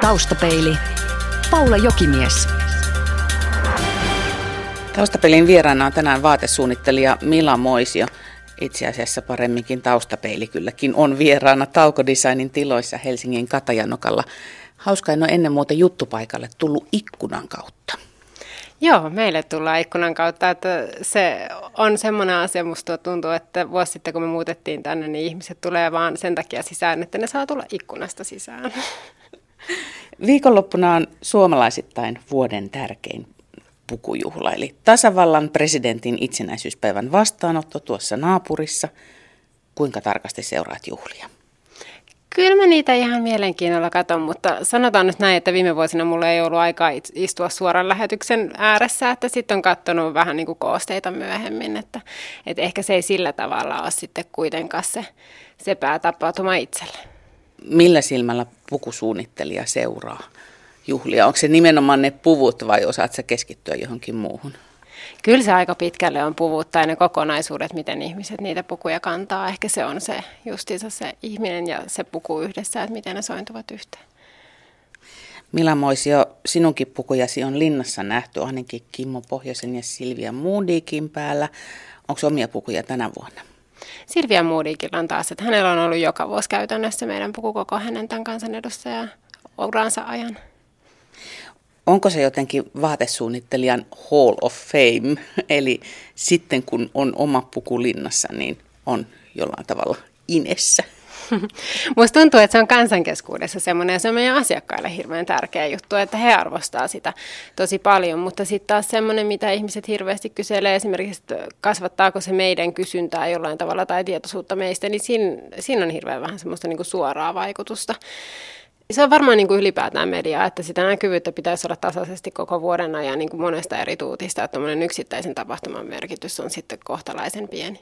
Taustapeili. Paula Jokimies. Taustapeilin vieraana on tänään vaatesuunnittelija Mila Moisio. Itse asiassa paremminkin taustapeili kylläkin on vieraana Tauko-designin tiloissa Helsingin Katajanokalla. Hauska, en ole ennen muuta juttupaikalle tullut ikkunan kautta. Joo, meille tullaan ikkunan kautta, että se on semmoinen asia, musta tuntuu, että vuosi sitten kun me muutettiin tänne, niin ihmiset tulee vaan sen takia sisään, että ne saa tulla ikkunasta sisään. Viikonloppuna on suomalaisittain vuoden tärkein pukujuhla, eli tasavallan presidentin itsenäisyyspäivän vastaanotto tuossa naapurissa. Kuinka tarkasti seuraat juhlia? Kyllä mä niitä ihan mielenkiinnolla katson, mutta sanotaan nyt näin, että viime vuosina mulla ei ollut aikaa istua suoran lähetyksen ääressä, että sitten on katsonut vähän niin kuin koosteita myöhemmin, että ehkä se ei sillä tavalla ole sitten kuitenkaan se päätapahtuma itselle. Millä silmällä pukusuunnittelija seuraa juhlia? Onko se nimenomaan ne puvut vai osaat sä keskittyä johonkin muuhun? Kyllä se aika pitkälle on puvut tai ne kokonaisuudet, miten ihmiset niitä pukuja kantaa. Ehkä se on se justiinsa se ihminen ja se puku yhdessä, että miten ne sointuvat yhteen. Mila Moisio, sinunkin pukujasi on linnassa nähty, ainakin Kimmo Pohjoisen ja Silvia Modigin päällä. Onko omia pukuja tänä vuonna? Silvia Modigilla on taas, että hänellä on ollut joka vuosi käytännössä meidän pukukoko hänen tämän kansanedustajan uransa ajan. Onko se jotenkin vaatesuunnittelijan Hall of Fame, eli sitten kun on oma puku linnassa, niin on jollain tavalla inessä? Musta tuntuu, että se on kansankeskuudessa semmoinen, ja se on meidän asiakkaille hirveän tärkeä juttu, että he arvostaa sitä tosi paljon, mutta sitten taas semmoinen, mitä ihmiset hirveästi kyselee, esimerkiksi, että kasvattaako se meidän kysyntää jollain tavalla tai tietoisuutta meistä, niin siinä on hirveän vähän semmoista niin kuin suoraa vaikutusta. Se on varmaan niin kuin ylipäätään mediaa, että sitä näkyvyyttä pitäisi olla tasaisesti koko vuoden ajan niin kuin monesta eri tuutista, että tuommoinen yksittäisen tapahtuman merkitys on sitten kohtalaisen pieni.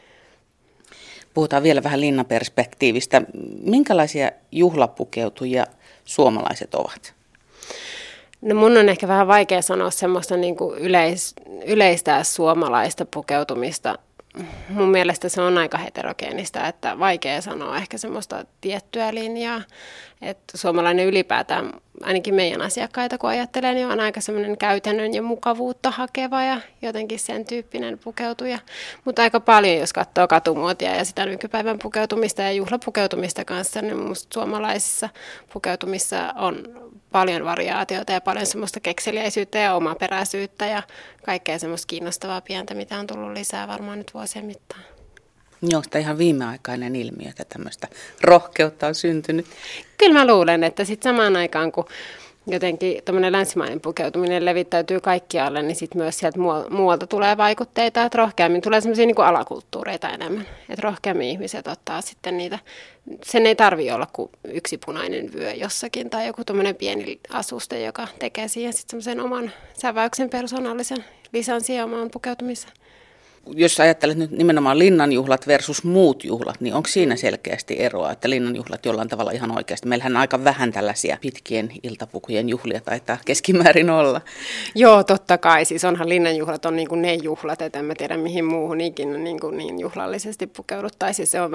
Puhutaan vielä vähän linnaperspektiivistä. Minkälaisia juhlapukeutujia suomalaiset ovat? No mun on ehkä vähän vaikea sanoa semmoista niin kuin yleistää suomalaista pukeutumista. Mun mielestä se on aika heterogeenistä, että vaikea sanoa ehkä semmoista tiettyä linjaa. Että suomalainen ylipäätään, ainakin meidän asiakkaita kun ajattelee, niin on aika semmoinen käytännön ja mukavuutta hakeva ja jotenkin sen tyyppinen pukeutuja. Mutta aika paljon, jos katsoo katumuotia ja sitä nykypäivän pukeutumista ja juhlapukeutumista kanssa, niin musta suomalaisissa pukeutumissa on paljon variaatiota ja paljon semmoista kekseliäisyyttä ja omaperäisyyttä ja kaikkea semmoista kiinnostavaa pientä, mitä on tullut lisää varmaan nyt vuosien mittaan. Onko tämä ihan viimeaikainen ilmiö, että tämmöistä rohkeutta on syntynyt? Kyllä mä luulen, että sitten samaan aikaan, kun jotenkin tämmöinen länsimainen pukeutuminen levittäytyy kaikkialle, niin sitten myös sieltä muualta tulee vaikutteita, että rohkeammin tulee semmoisia niin kuin alakulttuureita enemmän. Että rohkeammin ihmiset ottaa sitten niitä, sen ei tarvitse olla kuin yksi punainen vyö jossakin tai joku tämmöinen pieni asuste, joka tekee siihen sitten semmoisen oman säväyksen persoonallisen lisän siihen omaan pukeutumiseen. Jos ajattelet nyt nimenomaan linnanjuhlat versus muut juhlat, niin onko siinä selkeästi eroa, että linnanjuhlat jollain tavalla ihan oikeasti? Meillähän aika vähän tällaisia pitkien iltapukujen juhlia taitaa keskimäärin olla. Joo, totta kai. Siis onhan linnanjuhlat on niin kuin ne juhlat, että en mä tiedä mihin muuhun ikinä niin juhlallisesti pukeuduttaisiin. Se on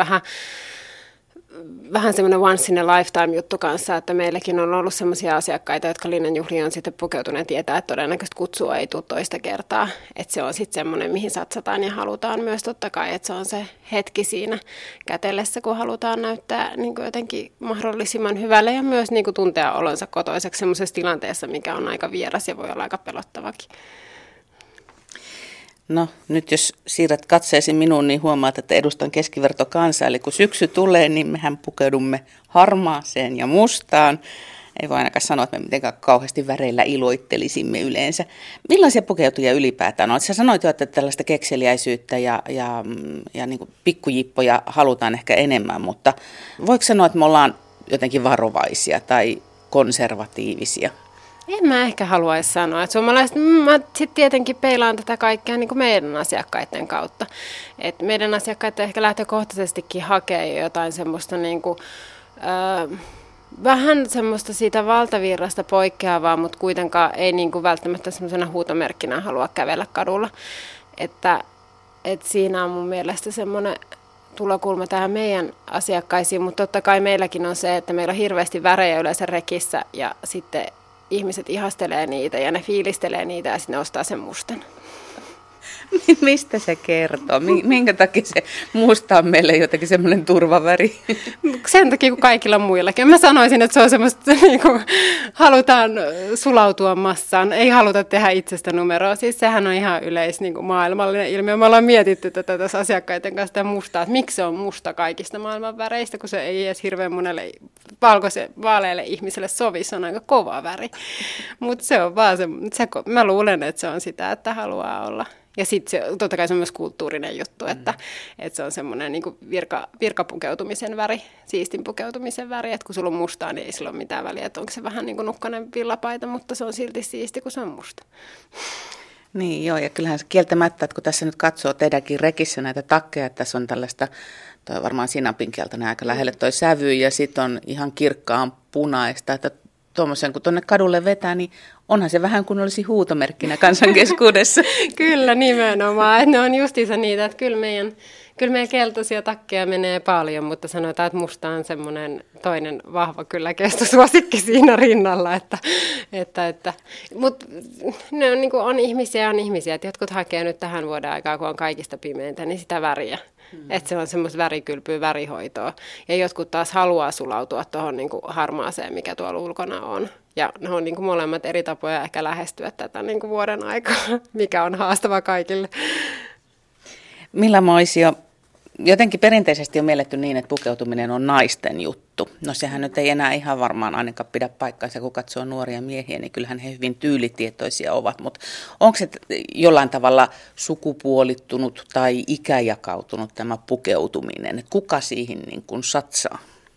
vähän semmoinen once in a lifetime juttu kanssa, että meilläkin on ollut semmoisia asiakkaita, jotka linnanjuhliin on sitten pukeutuneet tietää, että todennäköisesti kutsua ei tule toista kertaa. Että se on sitten semmoinen, mihin satsataan ja halutaan myös totta kai, että se on se hetki siinä kätellessä, kun halutaan näyttää niin kuin jotenkin mahdollisimman hyvälle ja myös niin kuin tuntea olonsa kotoiseksi semmoisessa tilanteessa, mikä on aika vieras ja voi olla aika pelottavakin. No nyt jos siirrät katseesi minuun, niin huomaat, että edustan keskivertokansaa. Eli kun syksy tulee, niin mehän pukeudumme harmaaseen ja mustaan. Ei voi ainakaan sanoa, että me mitenkään kauheasti väreillä iloittelisimme yleensä. Millaisia pukeutuja ylipäätään on? Sä sanoit jo, että tällaista kekseliäisyyttä ja niin kuin pikkujippoja halutaan ehkä enemmän, mutta voiko sanoa, että me ollaan jotenkin varovaisia tai konservatiivisia? En mä ehkä haluaisi sanoa, että suomalaiset, mä sitten tietenkin peilaan tätä kaikkea niin kuin meidän asiakkaiden kautta. Et meidän asiakkaat ehkä lähtökohtaisestikin hakee jotain semmoista niin kuin, vähän semmoista siitä valtavirrasta poikkeavaa, mutta kuitenkaan ei niin kuin välttämättä semmoisena huutomerkkinä halua kävellä kadulla. Että siinä on mun mielestä semmoinen tulokulma tähän meidän asiakkaisiin, mutta totta kai meilläkin on se, että meillä on hirveästi värejä yleensä rekissä ja sitten ihmiset ihastelee niitä ja ne fiilistelee niitä ja sitten ne ostaa sen mustan. Mistä se kertoo? Minkä takia se musta on meille jotenkin semmoinen turvaväri? Sen takia kuin kaikilla muillakin. Mä sanoisin, että se on semmoista, niin kuin halutaan sulautua massaan, ei haluta tehdä itsestä numeroa. Siis sehän on ihan niin kuin maailmallinen ilmiö. Me ollaan mietitty tätä tässä asiakkaiden kanssa sitä mustaa, että miksi se on musta kaikista maailman väreistä, kun se ei edes hirveän monelle vaalealle ihmiselle sovi, se on aika kova väri. Mutta se on vaan mä luulen, että se on sitä, että haluaa olla. Ja sitten totta kai se on myös kulttuurinen juttu, että se on semmoinen niin virkapukeutumisen väri, siistin pukeutumisen väri, että kun sulla on mustaa, niin ei sillä ole mitään väliä, että onko se vähän niin kuin nukkainen villapaita, mutta se on silti siisti, kun se on musta. Niin joo, ja kyllähän se kieltämättä, että kun tässä nyt katsoo teidänkin rekissä näitä takkeja, että tässä on tällaista, toi varmaan sinapinkieltä aika lähelle toi sävy, ja sitten on ihan kirkkaan punaista, että tuommoisen kun tuonne kadulle vetää, niin onhan se vähän kuin olisi huutomerkkinä kansankeskuudessa. Kyllä, nimenomaan. Että ne on justiinsa niitä, että kyllä meidän keltaisia takkeja menee paljon, mutta sanotaan, että musta on semmoinen toinen vahva kyllä kestosuosikki siinä rinnalla. Mutta ne on, niin kuin, on ihmisiä, että jotkut hakee nyt tähän vuoden aikaa, kun on kaikista pimeintä, niin sitä väriä. Että se on semmoista värikylpyä, värihoitoa. Ja jotkut taas haluaa sulautua tuohon niin kuin harmaaseen, mikä tuolla ulkona on. Ja ne on niin kuin molemmat eri tapoja ehkä lähestyä tätä niin kuin vuoden aikaa, mikä on haastava kaikille. Milla Moisio, jotenkin perinteisesti on mielletty niin, että pukeutuminen on naisten juttu. No sehän nyt ei enää ihan varmaan ainakaan pidä paikkaansa, kun katsoo nuoria miehiä, niin kyllähän he hyvin tyylitietoisia ovat. Mutta onko se jollain tavalla sukupuolittunut tai ikäjakautunut tämä pukeutuminen? Et kuka siihen niin kuin satsaa?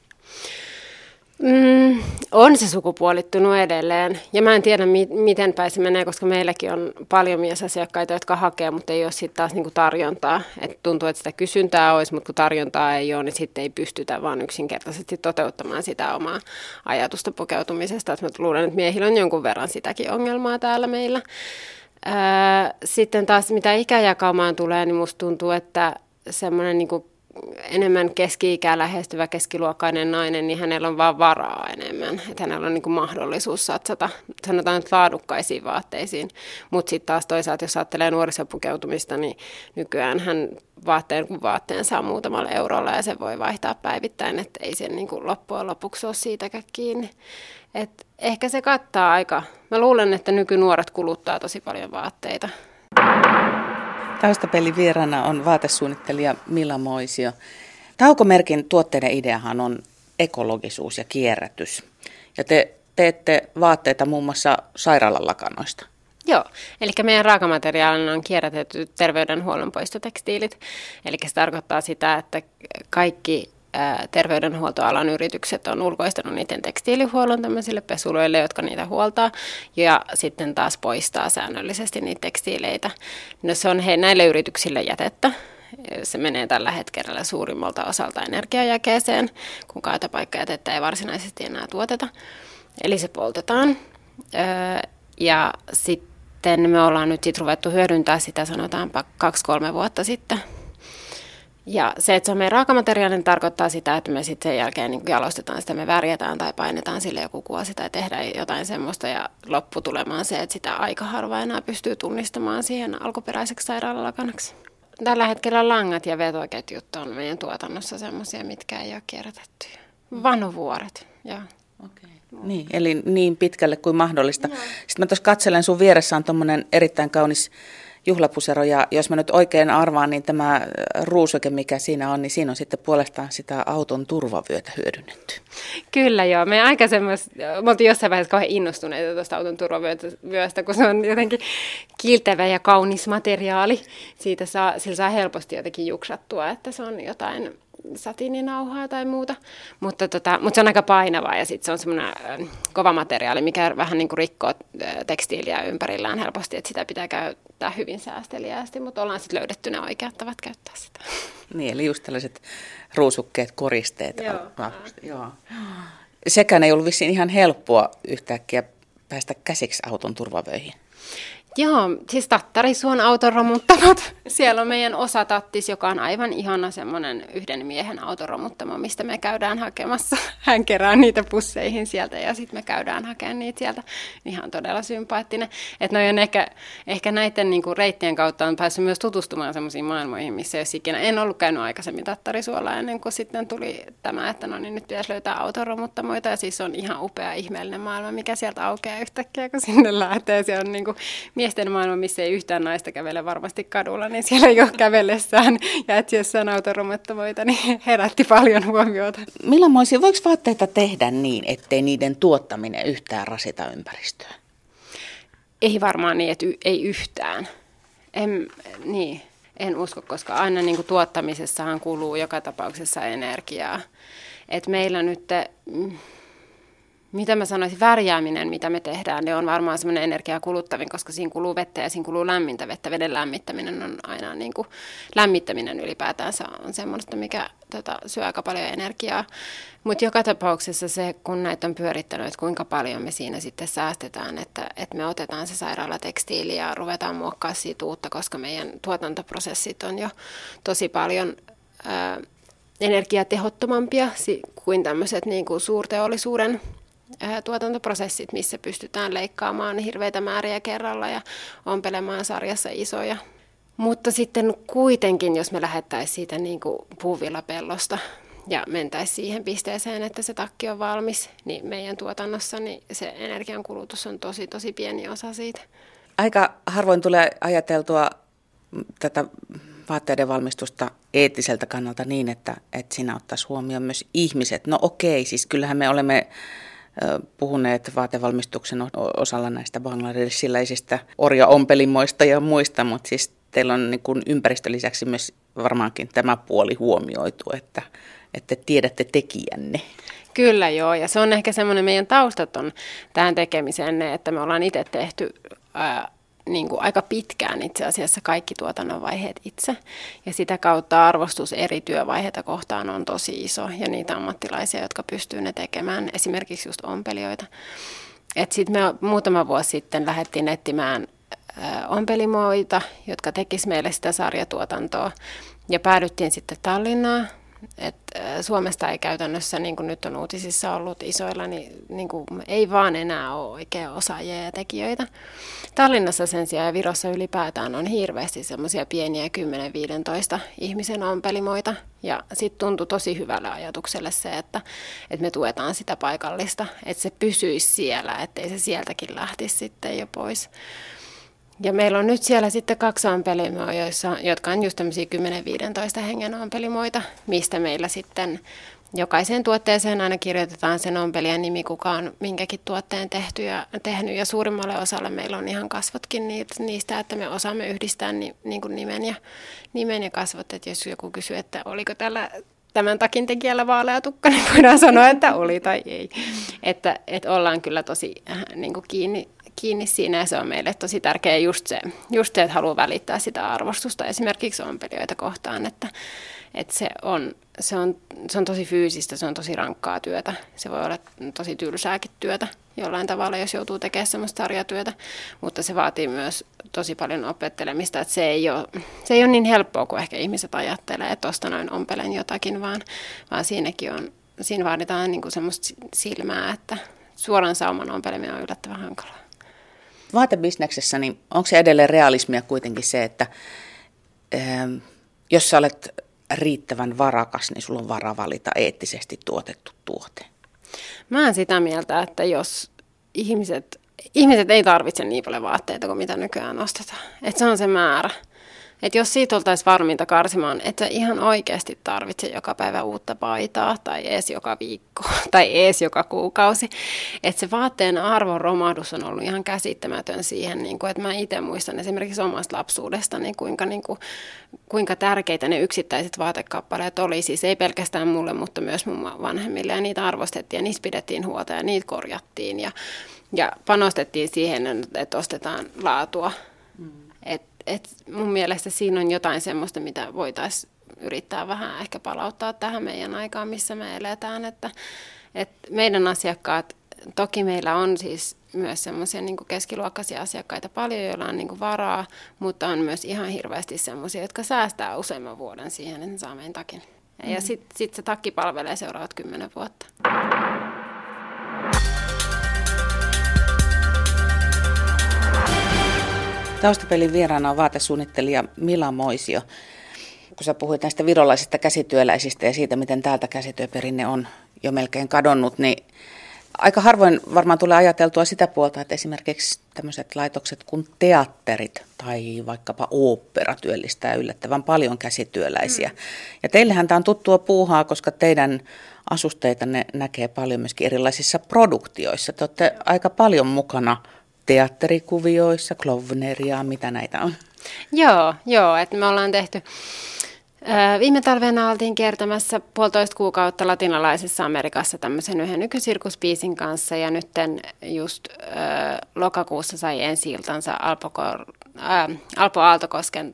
On se sukupuolittunut edelleen. Ja mä en tiedä, miten päin se menee, koska meilläkin on paljon miesasiakkaita, jotka hakee, mutta ei ole sitten taas niinku tarjontaa. Et tuntuu, että sitä kysyntää olisi, mutta kun tarjontaa ei ole, niin sitten ei pystytä vaan yksinkertaisesti toteuttamaan sitä omaa ajatusta pukeutumisesta. Et mä luulen, että miehillä on jonkun verran sitäkin ongelmaa täällä meillä. Sitten taas mitä ikäjakaumaan tulee, niin musta tuntuu, että semmoinen niinku enemmän keski-ikää lähestyvä keskiluokkainen nainen, niin hänellä on vaan varaa enemmän. Että hänellä on niin kuin mahdollisuus satsata, sanotaan nyt laadukkaisiin vaatteisiin. Mutta sitten taas toisaalta, jos ajattelee nuorisopukeutumista, niin nykyään hän vaatteen saa muutamalla eurolla ja se voi vaihtaa päivittäin, että ei sen niin kuin loppujen lopuksi ole siitäkään kiinni. Et ehkä se kattaa aika. Mä luulen, että nykynuoret kuluttaa tosi paljon vaatteita. Taustapelin vieraana on vaatesuunnittelija Milla Moisio. Taukomerkin tuotteiden ideahan on ekologisuus ja kierrätys. Ja te teette vaatteita muun muassa sairaalalakanoista. Joo, eli meidän raakamateriaalina on kierrätetty terveydenhuollon poistotekstiilit. Eli se tarkoittaa sitä, että kaikki terveydenhuoltoalan yritykset on ulkoistanut niiden tekstiilihuollon tämmöisille pesuloille, jotka niitä huoltaa, ja sitten taas poistaa säännöllisesti niitä tekstiileitä. No se on näille yrityksille jätettä. Se menee tällä hetkellä suurimmalta osalta energiajakeeseen, kun kaatopaikkajätettä ei varsinaisesti enää tuoteta. Eli se poltetaan. Ja sitten me ollaan nyt sit ruvettu hyödyntää sitä, sanotaanpa 2-3 vuotta sitten. Ja se, että se on meidän raakamateriaalin, tarkoittaa sitä, että me sitten sen jälkeen niin jalostetaan sitä, me värjätään tai painetaan sille joku kuosi tai tehdään jotain semmoista ja lopputulemaan se, että sitä aika harva enää pystyy tunnistamaan siihen alkuperäiseksi sairaalalakanaksi. Tällä hetkellä langat ja vetoketjut on meidän tuotannossa semmoisia, mitkä ei ole kierrätetty. Vanovuoret, joo. Okay. Niin, eli niin pitkälle kuin mahdollista. No. Sitten mä tuossa katselen, sun vieressä on tommonen erittäin kaunis juhlapusero, ja jos mä nyt oikein arvaan, niin tämä ruusuke, mikä siinä on, niin siinä on sitten puolestaan sitä auton turvavyötä hyödynnetty. Kyllä joo, me oltiin jossain vaiheessa kauhean innostuneita tuosta auton turvavyöstä, kun se on jotenkin kiiltävä ja kaunis materiaali. Sillä saa helposti jotenkin juksattua, että se on jotain satiininauhaa tai muuta, mutta se on aika painavaa ja sitten se on semmoinen kova materiaali, mikä vähän niin kuin rikkoo tekstiiliä ympärillään helposti, että sitä pitää käyttää hyvin säästeliäästi, mutta ollaan sitten löydetty ne oikeat tavat käyttää sitä. Niin, eli just tällaiset ruusukkeet, koristeet. Joo. Joo. Sekään ei ollut vissiin ihan helppoa yhtäkkiä päästä käsiksi auton turvavöihin. Joo, siis Tattarisuon autoromuttamat. Siellä on meidän osatattis, joka on aivan ihana semmoinen yhden miehen autoromuttamo, mistä me käydään hakemassa. Hän kerää niitä pusseihin sieltä ja sitten me käydään hakemaan niitä sieltä. Ihan todella sympaattinen. Että noi on ehkä näiden niinku reittien kautta on päässyt myös tutustumaan semmoisiin maailmoihin, missä jos ikinä. En ollut käynyt aikaisemmin Tattarisuolla ennen kuin sitten tuli tämä, että no niin nyt pitäisi löytää autoromuttamoita. Ja siis on ihan upea ihmeellinen maailma, mikä sieltä aukeaa yhtäkkiä, kun sinne lähtee. Se on niinku miesten maailma, missä ei yhtään naista kävele varmasti kadulla, niin siellä jo kävellessään ja etsiessään autoromuttamoita, niin herätti paljon huomiota. Millaisia, voiko vaatteita tehdä niin, ettei niiden tuottaminen yhtään rasita ympäristöä? Ei varmaan niin, että ei yhtään. En usko, koska aina niin kuin tuottamisessahan kuluu joka tapauksessa energiaa. Et meillä nyt mitä mä sanoisin, värjääminen, mitä me tehdään, ne on varmaan semmoinen energiaa kuluttavin, koska siinä kuluu vettä ja siinä kuluu lämmintä vettä. Veden lämmittäminen on aina niin kuin, lämmittäminen ylipäätään on semmoista, mikä syö aika paljon energiaa. Mutta joka tapauksessa se, kun näitä on pyörittänyt, että kuinka paljon me siinä sitten säästetään, että me otetaan se sairaalatekstiili ja ruvetaan muokkaamaan siitä uutta, koska meidän tuotantoprosessit on jo tosi paljon energiatehottomampia kuin tämmöiset niin kuin suurteollisuuden tuotantoprosessit, missä pystytään leikkaamaan hirveitä määriä kerralla ja ompelemaan sarjassa isoja. Mutta sitten kuitenkin, jos me lähettäisiin siitä niin kuin puuvillapellosta ja mentäisiin siihen pisteeseen, että se takki on valmis, niin meidän tuotannossa niin se energiankulutus on tosi, tosi pieni osa siitä. Aika harvoin tulee ajateltua tätä vaatteiden valmistusta eettiseltä kannalta niin, että siinä ottaisi huomioon myös ihmiset. No okei, siis kyllähän me olemme puhuneet vaatevalmistuksen osalla näistä bangladesiläisistä orjaompelimoista ja muista, mutta siis teillä on niin kuin ympäristön lisäksi myös varmaankin tämä puoli huomioitu, että tiedätte tekijänne. Kyllä joo, ja se on ehkä semmoinen meidän taustat on tähän tekemiseen, että me ollaan itse tehty niin kuin aika pitkään itse asiassa kaikki tuotannon vaiheet itse. Ja sitä kautta arvostus eri työvaiheita kohtaan on tosi iso. Ja niitä ammattilaisia, jotka pystyy ne tekemään, esimerkiksi just ompelijoita. Sitten me muutama vuosi sitten lähdettiin etsimään ompelimoita, jotka tekisivät meille sitä sarjatuotantoa. Ja päädyttiin sitten Tallinnaan. Suomesta ei käytännössä, niin kuin nyt on uutisissa ollut isoilla, niin kuin ei vaan enää ole oikein osaajia ja tekijöitä. Tallinnassa sen sijaan ja Virossa ylipäätään on hirveästi semmoisia pieniä 10-15 ihmisen ompelimoita. Ja sitten tuntui tosi hyvälle ajatukselle se, että me tuetaan sitä paikallista, että se pysyisi siellä, ettei se sieltäkin lähtisi sitten jo pois. Ja meillä on nyt siellä sitten 2 ompelimoa, jotka on just tämmöisiä 10-15 hengen ompelimoita, mistä meillä sitten jokaiseen tuotteeseen aina kirjoitetaan sen ompelijan nimi, kuka on minkäkin tuotteen tehnyt. Ja suurimmalle osalle meillä on ihan kasvotkin niistä, että me osaamme yhdistää niin kuin nimen ja kasvot. Että jos joku kysyy, että oliko tämän takin tekijällä vaalea tukka, niin voidaan sanoa, että oli tai ei. Että ollaan kyllä tosi niin kuin kiinni siinä ja se on meille tosi tärkeä just se, että haluaa välittää sitä arvostusta esimerkiksi ompelijoita kohtaan, että se on tosi fyysistä, se on tosi rankkaa työtä, se voi olla tosi tylsääkin työtä jollain tavalla, jos joutuu tekemään semmoista sarjatyötä, mutta se vaatii myös tosi paljon opettelemista, että se ei ole niin helppoa kuin ehkä ihmiset ajattelee, että tuosta noin ompelen jotakin, vaan siinä vaaditaan niin kuin semmoista silmää, että suoran sauman ompeleminen on yllättävän hankalaa. Vaatebisneksessä, niin onko se edelleen realismia kuitenkin se, että jos sä olet riittävän varakas, niin sulla on varaa valita eettisesti tuotettu tuote? Mä oon sitä mieltä, että jos ihmiset ei tarvitse niin paljon vaatteita kuin mitä nykyään ostetaan. Että se on se määrä. Että jos siitä oltaisiin varmiinta karsimaan, että ihan oikeasti tarvitse joka päivä uutta paitaa tai ees joka viikko tai ees joka kuukausi. Että se vaatteen arvon romahdus on ollut ihan käsittämätön siihen, että mä itse muistan esimerkiksi omasta lapsuudestani, kuinka tärkeitä ne yksittäiset vaatekappaleet oli. Siis ei pelkästään mulle, mutta myös mun vanhemmille. Ja niitä arvostettiin ja niistä pidettiin huolta ja niitä korjattiin ja panostettiin siihen, että ostetaan laatua. Et mun mielestä siinä on jotain semmoista, mitä voitaisiin yrittää vähän ehkä palauttaa tähän meidän aikaan, missä me eletään. Että meidän asiakkaat, toki meillä on siis myös semmoisia niin kuin keskiluokkaisia asiakkaita paljon, joilla on niin kuin varaa, mutta on myös ihan hirveästi semmoisia, jotka säästää useamman vuoden siihen, että ne saa meidän takin. Ja sitten se takki palvelee seuraavat 10 vuotta. Taustapelin vieraana on vaatesuunnittelija Mila Moisio. Kun sä puhuit näistä virolaisista käsityöläisistä ja siitä, miten täältä käsityöperinne on jo melkein kadonnut, niin aika harvoin varmaan tulee ajateltua sitä puolta, että esimerkiksi tämmöiset laitokset kuin teatterit tai vaikkapa ooppera työllistää yllättävän paljon käsityöläisiä. Ja teillähän tämä on tuttua puuhaa, koska teidän asusteitanne näkee paljon myöskin erilaisissa produktioissa. Te olette aika paljon mukana teatterikuvioissa, klovneria, mitä näitä on? Joo, että me ollaan tehty. Viime talvena oltiin kiertämässä 1,5 kuukautta latinalaisessa Amerikassa tämmöisen yhden nykysirkuspiisin kanssa ja nyt just lokakuussa sai ensi-iltansa Alpo Aaltokosken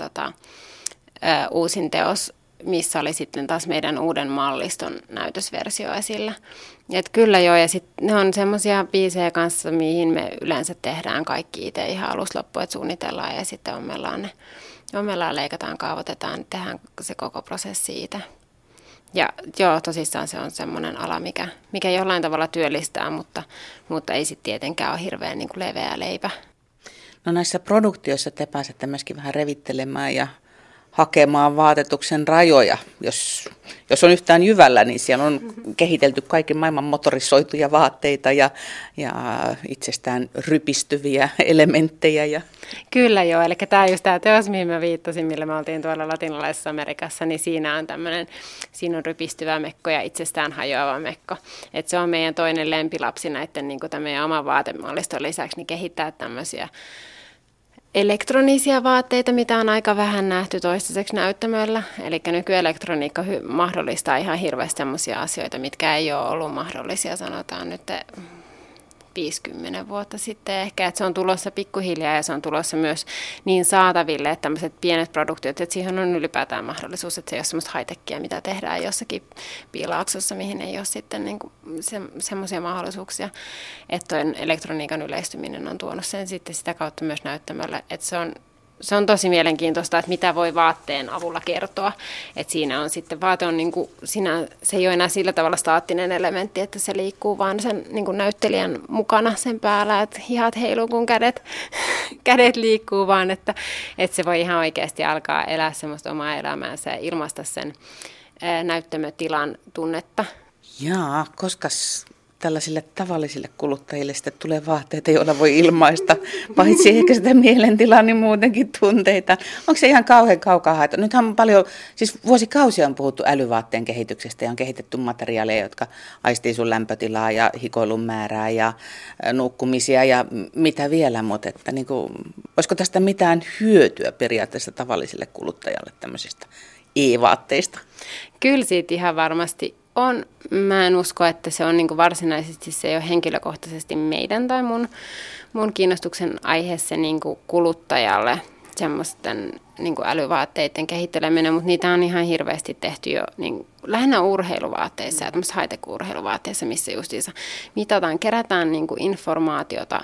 uusin teos, missä oli sitten taas meidän uuden malliston näytösversio esillä. Et kyllä joo, ja sitten ne on semmoisia biisejä kanssa, mihin me yleensä tehdään kaikki itse ihan alusta loppuun, että suunnitellaan ja sitten ommellaan, leikataan, kaavoitetaan, tehdään se koko prosessi itse. Ja joo, tosissaan se on semmoinen ala, mikä jollain tavalla työllistää, mutta ei sitten tietenkään ole hirveän niin kuin leveä leipä. No näissä produktioissa te pääsette myöskin vähän revittelemään ja hakemaan vaatetuksen rajoja. Jos on yhtään jyvällä, niin siellä on kehitelty kaiken maailman motorisoituja vaatteita ja itsestään rypistyviä elementtejä. Kyllä joo, eli tämä teos, mihin mä viittasin, millä me oltiin tuolla latinalaisessa Amerikassa, niin siinä on rypistyvä mekko ja itsestään hajoava mekko. Et se on meidän toinen lempilapsi näiden niin kuin tämän meidän oman vaatemalliston lisäksi, niin kehittää tämmöisiä elektronisia vaatteita, mitä on aika vähän nähty toistaiseksi näyttämöllä. Eli nykyelektroniikka mahdollistaa ihan hirveästi sellaisia asioita, mitkä ei ole ollut mahdollisia, sanotaan nyt 50 vuotta sitten ehkä. Että se on tulossa pikkuhiljaa ja se on tulossa myös niin saataville, että tämmöiset pienet produktiot, että siihen on ylipäätään mahdollisuus, että se ei ole semmoista high-techia, mitä tehdään jossakin piilaaksossa, mihin ei ole sitten niinku semmoisia mahdollisuuksia. Että tuon elektroniikan yleistyminen on tuonut sen sitten sitä kautta myös näyttämällä, että se on tosi mielenkiintoista, että mitä voi vaatteen avulla kertoa. Että siinä on sitten, vaate on niin kuin, se ei ole enää sillä tavalla staattinen elementti, että se liikkuu vaan sen niin kuin näyttelijän mukana sen päällä, että hihat heiluu kun kädet liikkuu, vaan että se voi ihan oikeasti alkaa elää semmoista omaa elämäänsä ja ilmaista sen näyttämötilan tunnetta. Jaa, koskas tällaisille tavallisille kuluttajille sitten tulee vaatteita, joilla voi ilmaista, paitsi ehkä sitä mielentilaa, niin muutenkin tunteita. Onko se ihan kauhean kaukaa haettu? Nythän on paljon, siis vuosikausia on puhuttu älyvaatteen kehityksestä ja on kehitetty materiaaleja, jotka aistii sun lämpötilaa ja hikoilun määrää ja nukkumisia ja mitä vielä, mutta että niin kuin, olisiko tästä mitään hyötyä periaatteessa tavalliselle kuluttajalle tämmöisistä e-vaatteista? Kyllä siitä ihan varmasti on. Mä en usko, että se on niin kuin varsinaisesti, se ei ole henkilökohtaisesti meidän tai mun kiinnostuksen aihe se niin kuin kuluttajalle semmoisten niin kuin älyvaatteiden kehitteleminen, mutta niitä on ihan hirveästi tehty jo niin lähinnä urheiluvaatteissa ja tämmöisissä high-tech-urheiluvaatteissa, missä justiinsa mitataan, kerätään niin kuin informaatiota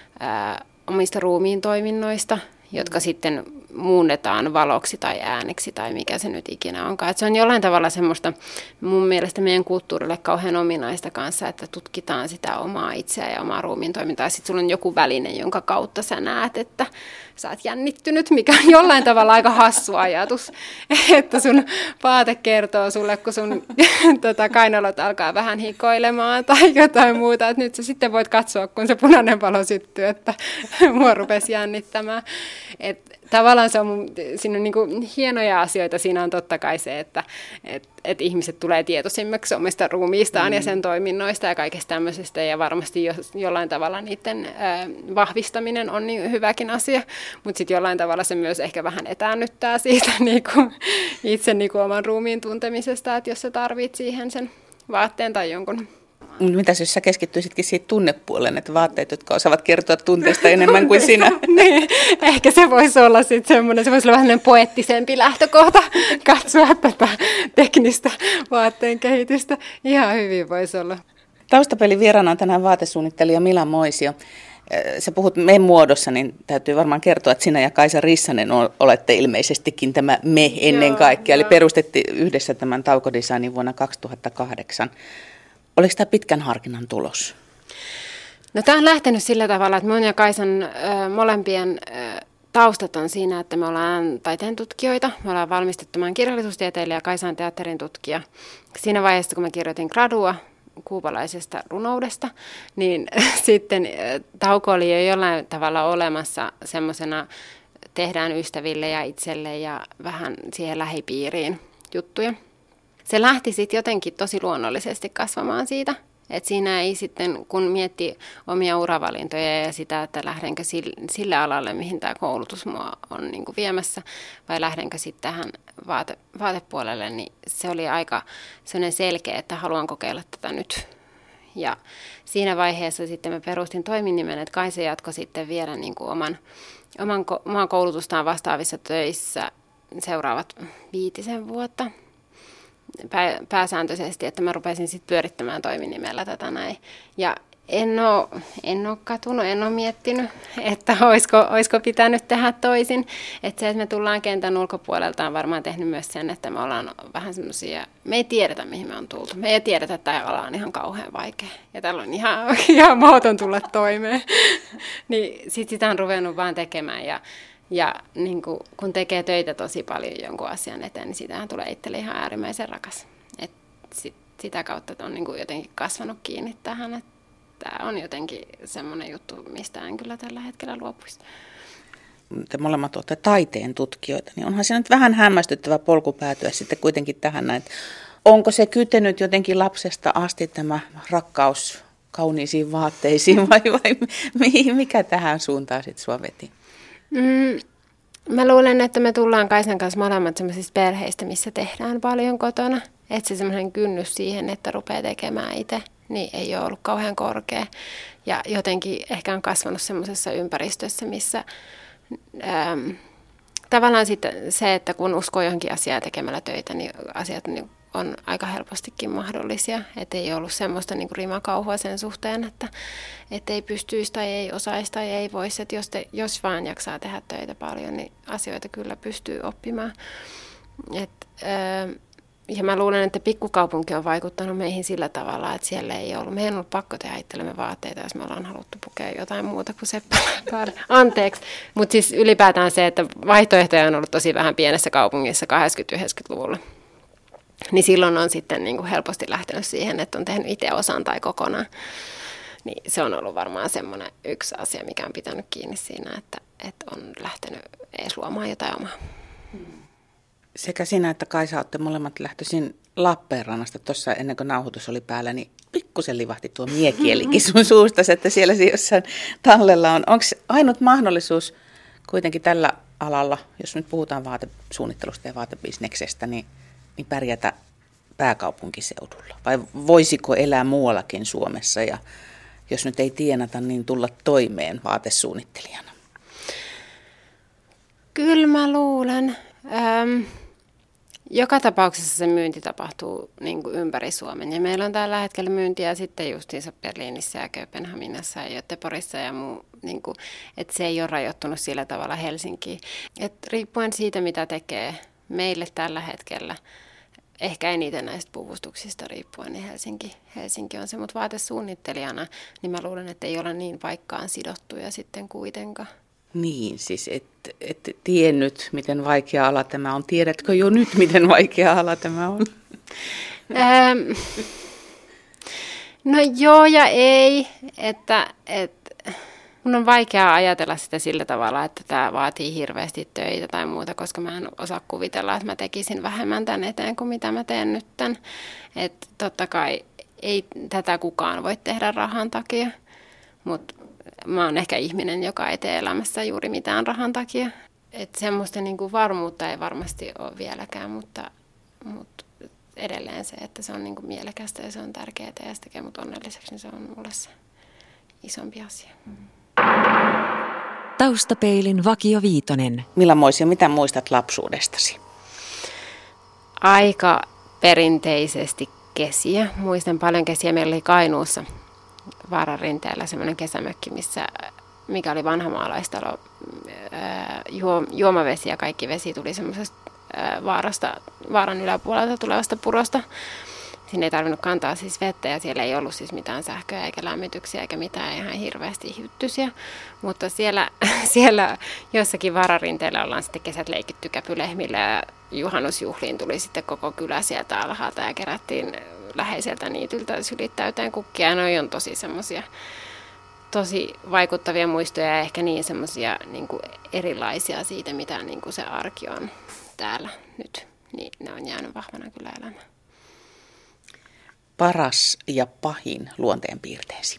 omista ruumiin toiminnoista, jotka sitten muunnetaan valoksi tai ääneksi tai mikä se nyt ikinä onkaan. Että se on jollain tavalla semmoista mun mielestä meidän kulttuurille kauhean ominaista kanssa, että tutkitaan sitä omaa itseä ja omaa ruumiin toimintaa. Sitten sulla on joku väline, jonka kautta sä näet, että sä oot jännittynyt, mikä on jollain tavalla aika hassu ajatus. Että sun vaate kertoo sulle, kun sun kainalot alkaa vähän hikoilemaan tai jotain muuta. Että nyt sä sitten voit katsoa, kun se punainen valo syttyy, että mua rupesi jännittämään. Tavallaan siinä on niin kuin hienoja asioita. Siinä on totta kai se, että ihmiset tulee tietoisemmaksi omista ruumiistaan ja sen toiminnoista ja kaikesta tämmöisestä. Ja varmasti jollain tavalla niiden vahvistaminen on niin hyväkin asia. Mutta sitten jollain tavalla se myös ehkä vähän etäännyttää siitä niin kuin itse niin kuin oman ruumiin tuntemisesta, että jos sä tarvit siihen sen vaatteen tai jonkun. Mitäs jos sä keskittyisitkin siitä tunnepuolen, että vaatteet, jotka osaavat kertoa tunteista enemmän kuin sinä? Niin, ehkä se voisi olla sitten semmoinen, se voisi olla vähän poeettisempi lähtökohta katsoa tätä teknistä vaatteen kehitystä. Ihan hyvin voisi olla. Taustapelin vieraana on tänään vaatesuunnittelija Mila Moisio. sä puhut me-muodossa, niin täytyy varmaan kertoa, että sinä ja Kaisa Rissanen olette ilmeisestikin tämä me ennen kaikkea. Eli perustetti yhdessä tämän Tauko-designin vuonna 2008. Oliko tämä pitkän harkinnan tulos? No tämä on lähtenyt sillä tavalla, että minun ja Kaisan molempien taustat on siinä, että me ollaan taiteen tutkijoita. Me ollaan valmistettu, mä olen kirjallisuustieteilijä ja Kaisa on teatterin tutkija. Siinä vaiheessa, kun mä kirjoitin gradua kuupalaisesta runoudesta, niin sitten Tauko oli jo jollain tavalla olemassa semmoisena tehdään ystäville ja itselle ja vähän siihen lähipiiriin juttuja. Se lähti sitten jotenkin tosi luonnollisesti kasvamaan siitä. Että siinä ei sitten, kun miettii omia uravalintoja ja sitä, että lähdenkö sille alalle, mihin tämä koulutus mua on niin kuin viemässä, vai lähdenkö sitten tähän vaatepuolelle, niin se oli aika sellainen selkeä, että haluan kokeilla tätä nyt. Ja siinä vaiheessa sitten mä perustin toiminimen, että Kaisa jatkoi sitten vielä niin kuin oman koulutustaan vastaavissa töissä seuraavat 5 vuotta. Pääsääntöisesti, että mä rupesin sitten pyörittämään toiminimellä tätä näin. Ja en ole katunut, en ole miettinyt, että olisiko pitänyt tehdä toisin. Että se, että me tullaan kentän ulkopuolelta on varmaan tehnyt myös sen, että me ollaan vähän semmoisia, me ei tiedetä mihin me on tultu. Me ei tiedetä, että tämä ala on ihan kauhean vaikea. Ja täällä on ihan mahdoton tulla toimeen. Niin sit sitä on ruvennut vaan tekemään ja niin kun tekee töitä tosi paljon jonkun asian eteen, niin siitähän tulee itselle ihan äärimmäisen rakas. Et sitä kautta on niin jotenkin kasvanut kiinni tähän, että tämä on jotenkin semmoinen juttu, mistä en kyllä tällä hetkellä luopuisi. Te molemmat olette taiteen tutkijoita, niin onhan se nyt vähän hämmästyttävä polku päätyä sitten kuitenkin tähän näin. Onko se kytenyt jotenkin lapsesta asti tämä rakkaus kauniisiin vaatteisiin vai mikä tähän suuntaan sitten sua veti? Mä luulen, että me tullaan Kaisan kanssa molemmat sellaisista perheistä, missä tehdään paljon kotona. Että se semmoinen kynnys siihen, että rupeaa tekemään itse, niin ei ole ollut kauhean korkea. Ja jotenkin ehkä on kasvanut semmoisessa ympäristössä, missä tavallaan sitten se, että kun uskoo johonkin asiaan tekemällä töitä, niin asiat niin on aika helpostikin mahdollisia. Että ei ollut semmoista niin kuin rimakauhua sen suhteen, että ei pystyisi tai ei osaisi tai ei voisi. Että jos vaan jaksaa tehdä töitä paljon, niin asioita kyllä pystyy oppimaan. Ja mä luulen, että pikkukaupunki on vaikuttanut meihin sillä tavalla, että siellä ei ollut. Meidän on ollut pakko tehdä itsellemme vaatteita, jos me ollaan haluttu pukea jotain muuta kuin seppälä päälle. Anteeksi. Mutta siis ylipäätään se, että vaihtoehtoja on ollut tosi vähän pienessä kaupungissa 80-90-luvulla. Niin silloin on sitten niin kuin helposti lähtenyt siihen, että on tehnyt itse osan tai kokonaan. Niin se on ollut varmaan semmoinen yksi asia, mikä on pitänyt kiinni siinä, että on lähtenyt edes luomaan jotain omaa. Sekä sinä että Kaisa olette molemmat lähtöisin Lappeenrannasta. Tuossa ennen kuin nauhoitus oli päällä, niin pikkusen livahti tuo miekielikin sun suustasi, että siellä jossain tallella on. Onko ainut mahdollisuus kuitenkin tällä alalla, jos nyt puhutaan vaatesuunnittelusta ja vaatebisneksestä, niin pärjätä pääkaupunkiseudulla? Vai voisiko elää muuallakin Suomessa ja jos nyt ei tienata, niin tulla toimeen vaatesuunnittelijana? Kyllä mä luulen. Joka tapauksessa se myynti tapahtuu niin kuin ympäri Suomen. Ja meillä on tällä hetkellä myyntiä sitten justiinsa Berliinissä ja Kööpenhaminassa ja Göteborgissa ja muu. Niin kuin, että se ei ole rajoittunut sillä tavalla Helsinkiin. Et riippuen siitä, mitä tekee meille tällä hetkellä, ehkä eniten näistä puvustuksista riippuen, niin Helsinki on se. Mutta vaatesuunnittelijana, niin mä luulen, että ei ole niin paikkaan sidottuja sitten kuitenkaan. Niin, siis et tiennyt, miten vaikea ala tämä on. Tiedätkö jo nyt, miten vaikea ala tämä on? No joo ja ei. Mun on vaikea ajatella sitä sillä tavalla, että tämä vaatii hirveästi töitä tai muuta, koska mä en osaa kuvitella, että mä tekisin vähemmän tämän eteen kuin mitä mä teen nyt tämän. Että totta kai ei tätä kukaan voi tehdä rahan takia, mutta mä oon ehkä ihminen, joka ei tee elämässä juuri mitään rahan takia. Että semmoista niin kuin varmuutta ei varmasti ole vieläkään, mutta edelleen se, että se on niin kuin mielekästä ja se on tärkeää ja se tekee mut onnelliseksi, niin se on mulle se isompi asia. Taustapeilin Vakio Viitonen. Millamoisia, mitä muistat lapsuudestasi? Aika perinteisesti kesiä. Muistan paljon kesiä. Meillä oli Kainuussa Vaaran rinteellä semmoinen kesämökki, missä mikä oli vanha maalaistalo, juomavesi ja kaikki vesi tuli semmoisesta vaaran yläpuolelta tulevasta purosta. Sinne ei tarvinnut kantaa siis vettä ja siellä ei ollut siis mitään sähköä eikä lämmityksiä eikä mitään ihan hirveästi hyttysiä. Mutta siellä jossakin vaararinteellä ollaan sitten kesät leikitty käpylehmillä ja juhannusjuhliin tuli sitten koko kylä sieltä alhaalta ja kerättiin läheiseltä niityltä sylit täyteen kukkia. Ja noi on tosi semmoisia tosi vaikuttavia muistoja ja ehkä niin semmoisia niin kuin erilaisia siitä, mitä niin kuin se arki on täällä nyt. Niin ne on jäänyt vahvana kyllä elämään. Paras ja pahin luonteenpiirteesi?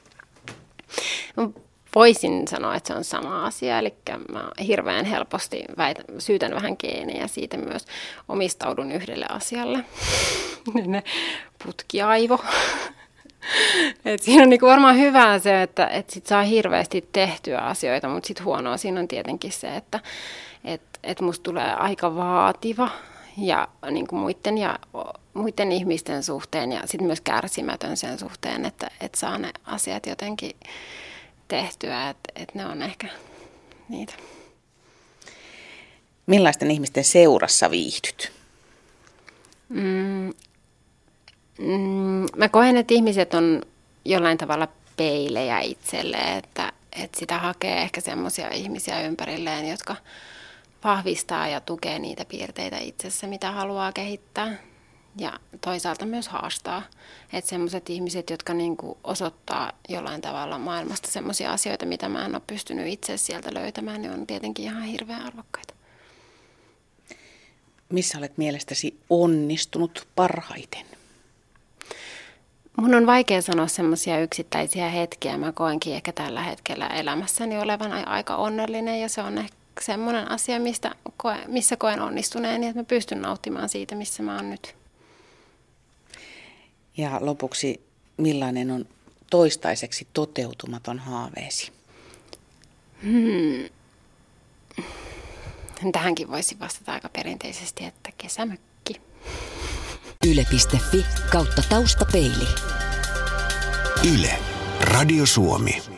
Voisin sanoa, että se on sama asia, eli mä hirveän helposti syytän vähän geenejä, siitä myös omistaudun yhdelle asialle, putkiaivo. Et siinä on niinku varmaan hyvää se, että sit saa hirveästi tehtyä asioita, mutta sitten huonoa siinä on tietenkin se, että musta tulee aika vaativa ja niinku muiden ihmisten suhteen ja sitten myös kärsimätön sen suhteen, että saa ne asiat jotenkin tehtyä, että ne on ehkä niitä. Millaisten ihmisten seurassa viihdyt? Mä koen, että ihmiset on jollain tavalla peilejä itselleen, että sitä hakee ehkä semmoisia ihmisiä ympärilleen, jotka vahvistaa ja tukee niitä piirteitä itsessä, mitä haluaa kehittää. Ja toisaalta myös haastaa. Että semmoiset ihmiset, jotka niinku osoittaa jollain tavalla maailmasta semmoisia asioita, mitä mä en ole pystynyt itse sieltä löytämään, niin on tietenkin ihan hirveän arvokkaita. Missä olet mielestäsi onnistunut parhaiten? Mun on vaikea sanoa semmoisia yksittäisiä hetkiä. Mä koenkin ehkä tällä hetkellä elämässäni olevan aika onnellinen ja se on ehkä semmoinen asia, missä koen onnistuneeni, että mä pystyn nauttimaan siitä, missä mä oon nyt. Ja lopuksi, millainen on toistaiseksi toteutumaton haaveesi? Tähänkin voisi vastata aika perinteisesti, että kesämökki. Yle.fi/taustapeili. Yle, Radio Suomi.